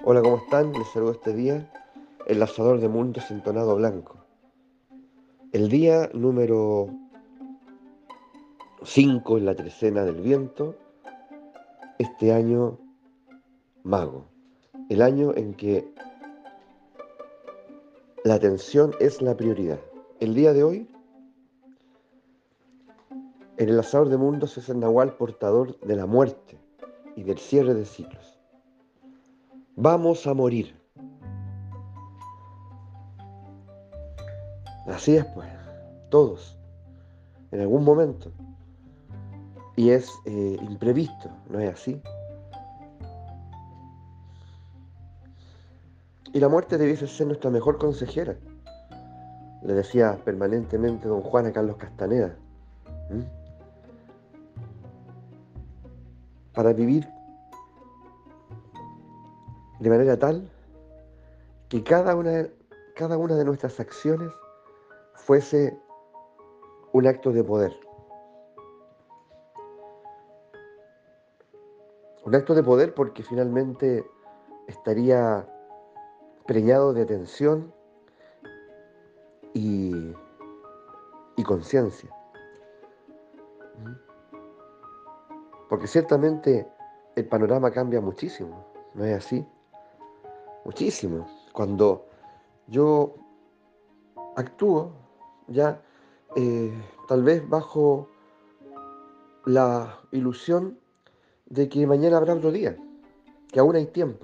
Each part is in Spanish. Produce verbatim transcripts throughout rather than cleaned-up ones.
Hola, ¿cómo están? Les saludo este día, el lanzador de mundos entonado blanco. El día número cinco en la trecena del viento, este año mago. El año en que la atención es la prioridad. El día de hoy, el lanzador de mundos es el nahual portador de la muerte y del cierre de ciclos. Vamos a morir. Así es, pues, todos, en algún momento. Y es eh, imprevisto, ¿no es así? Y la muerte debiese ser nuestra mejor consejera, le decía permanentemente don Juan a Carlos Castaneda. ¿Mm? Para vivir de manera tal que cada una, cada una de nuestras acciones fuese un acto de poder. Un acto de poder porque finalmente estaría preñado de atención y, y conciencia. ¿Mm? Porque ciertamente el panorama cambia muchísimo, ¿no es así? Muchísimo. Cuando yo actúo ya eh, tal vez bajo la ilusión de que mañana habrá otro día, que aún hay tiempo.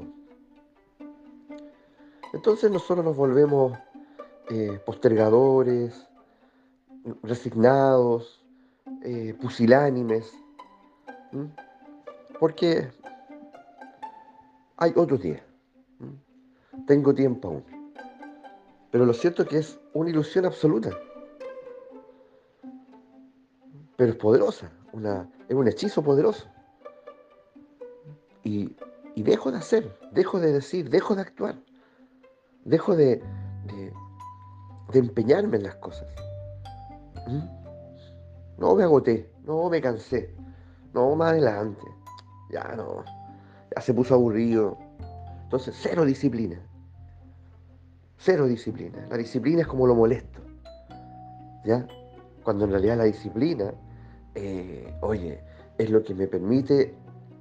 Entonces nosotros nos volvemos eh, postergadores, resignados, eh, pusilánimes, ¿m? Porque hay otro día, ¿m? Tengo tiempo aún. Pero lo cierto es que es una ilusión absoluta, pero es poderosa, una, es un hechizo poderoso. Y, y dejo de hacer, dejo de decir, dejo de actuar, dejo de, de, de empeñarme en las cosas. ¿Mm? No me agoté, no me cansé, no más adelante, ya no, ya se puso aburrido. Entonces, cero disciplina, cero disciplina. La disciplina es como lo molesto, ¿ya? Cuando en realidad la disciplina, eh, oye, es lo que me permite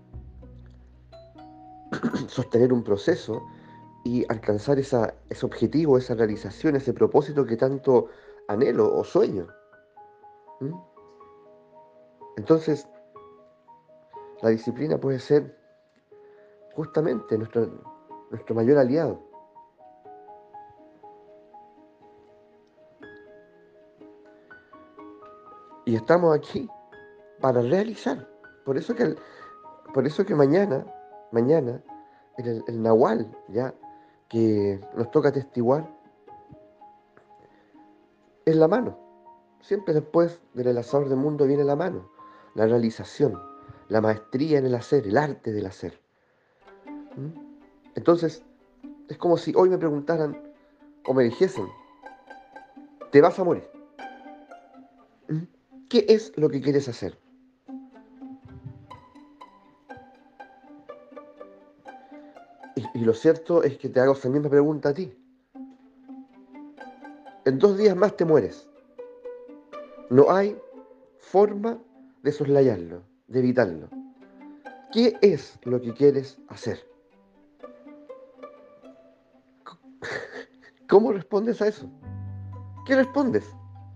sostener un proceso y alcanzar esa, ese objetivo, esa realización, ese propósito que tanto anhelo o sueño. ¿Mm? Entonces, la disciplina puede ser justamente nuestro, nuestro mayor aliado. Y estamos aquí para realizar. Por eso que, el- por eso que mañana, mañana, el, el Nahual, ya, que nos toca atestiguar, es la mano. Siempre después del enlazador del mundo viene la mano, la realización, la maestría en el hacer, el arte del hacer. ¿Mm? Entonces, es como si hoy me preguntaran o me dijesen, te vas a morir. ¿Mm? ¿Qué es lo que quieres hacer? Y, y lo cierto es que te hago esa misma pregunta a ti. En dos días más te mueres. No hay forma de soslayarlo, de evitarlo. ¿Qué es lo que quieres hacer? ¿Cómo respondes a eso? ¿Qué respondes?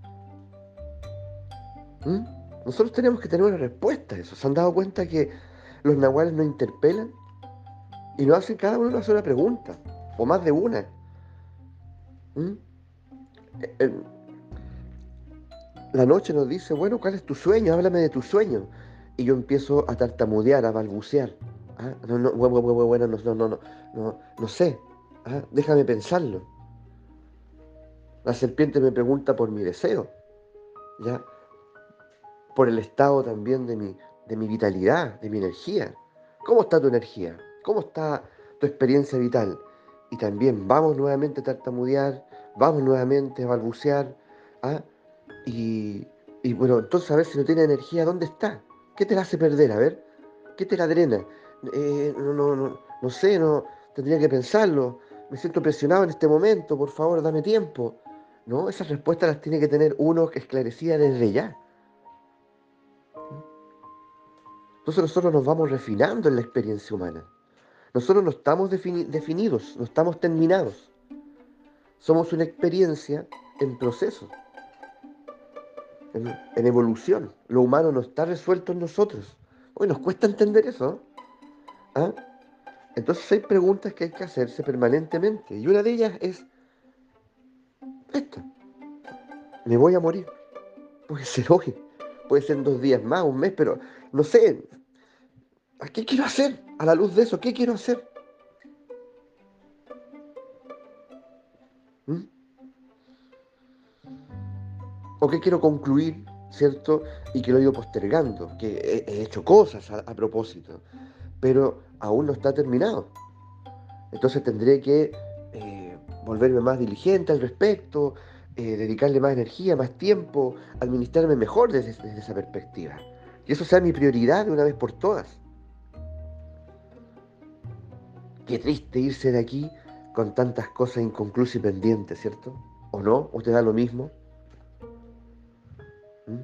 ¿Mm? Nosotros tenemos que tener una respuesta a eso. ¿Se han dado cuenta que los nahuales nos interpelan y nos hacen cada uno una sola pregunta? O más de una. ¿Mm? Eh, eh, La noche nos dice, bueno, ¿cuál es tu sueño? Háblame de tu sueño. Y yo empiezo a tartamudear, a balbucear. Ah, no, no, bueno, bueno, bueno, no, no, no, no, no, no sé. Ah, déjame pensarlo. La serpiente me pregunta por mi deseo, ¿ya? Por el estado también de mi, de mi vitalidad, de mi energía. ¿Cómo está tu energía? ¿Cómo está tu experiencia vital? Y también vamos nuevamente a tartamudear, vamos nuevamente a balbucear, ¿ah? Y, y bueno, entonces a ver si no tiene energía, ¿dónde está? ¿Qué te la hace perder? A ver, ¿qué te la drena? Eh, no, no, no, no sé, no, tendría que pensarlo, me siento presionado en este momento, por favor, dame tiempo. No, esas respuestas las tiene que tener uno esclarecidas desde ya. Entonces nosotros nos vamos refinando en la experiencia humana. Nosotros no estamos defini- definidos, no estamos terminados. Somos una experiencia en proceso, en, en evolución. Lo humano no está resuelto en nosotros. Hoy nos cuesta entender eso. ¿Ah? Entonces hay preguntas que hay que hacerse permanentemente. Y una de ellas es esta. ¿Me voy a morir? Puede ser hoy, puede ser en dos días más, un mes, pero no sé. ¿A qué quiero hacer? A la luz de eso, ¿qué quiero hacer? ¿Mm? ¿O qué quiero concluir, cierto? Y que lo he ido postergando, que he, he hecho cosas a, a propósito, pero aún no está terminado. Entonces tendré que eh, volverme más diligente al respecto, eh, dedicarle más energía, más tiempo, administrarme mejor desde, desde esa perspectiva. Que eso sea mi prioridad de una vez por todas. Qué triste irse de aquí con tantas cosas inconclusas y pendientes, ¿cierto? ¿O no? ¿O te da lo mismo? ¿Mm?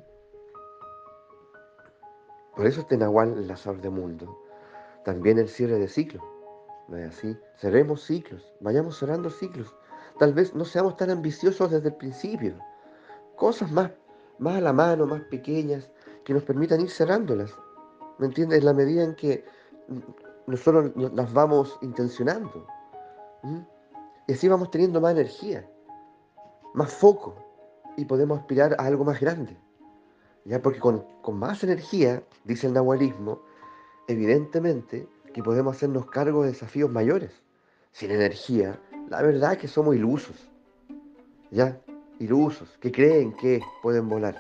Por eso este Nahual enlazador de mundo. También el cierre de ciclos. ¿No es así? Cerremos ciclos, vayamos cerrando ciclos. Tal vez no seamos tan ambiciosos desde el principio. Cosas más, más a la mano, más pequeñas, que nos permitan ir cerrándolas. ¿Me entiendes? En la medida en que mm, nosotros no- las vamos intencionando. ¿Mm? Y así vamos teniendo más energía, más foco, y podemos aspirar a algo más grande. ¿Ya? Porque con, con más energía, dice el nahualismo, evidentemente que podemos hacernos cargo de desafíos mayores. Sin energía, la verdad es que somos ilusos, ¿ya? Ilusos, que creen que pueden volar,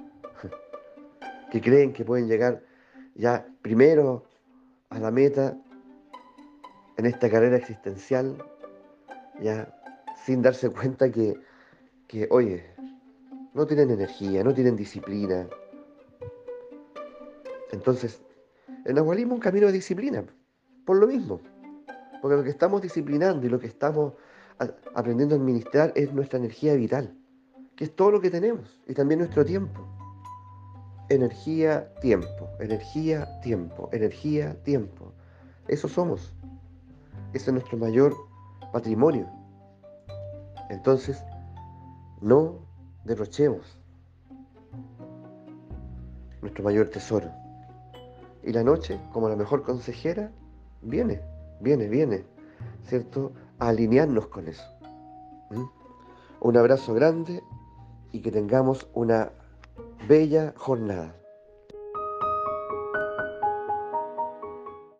que creen que pueden llegar ya primero a la meta en esta carrera existencial, ya sin darse cuenta que, que, oye, no tienen energía, no tienen disciplina. Entonces, el nahualismo es un camino de disciplina, por lo mismo. Porque lo que estamos disciplinando y lo que estamos a- aprendiendo a administrar es nuestra energía vital, que es todo lo que tenemos, y también nuestro tiempo. Energía, tiempo, energía, tiempo, energía, tiempo. Eso somos. Ese es nuestro mayor patrimonio. Entonces, no derrochemos nuestro mayor tesoro. Y la noche, como la mejor consejera, viene, viene, viene, ¿cierto? A alinearnos con eso. ¿Mm? Un abrazo grande y que tengamos una bella jornada.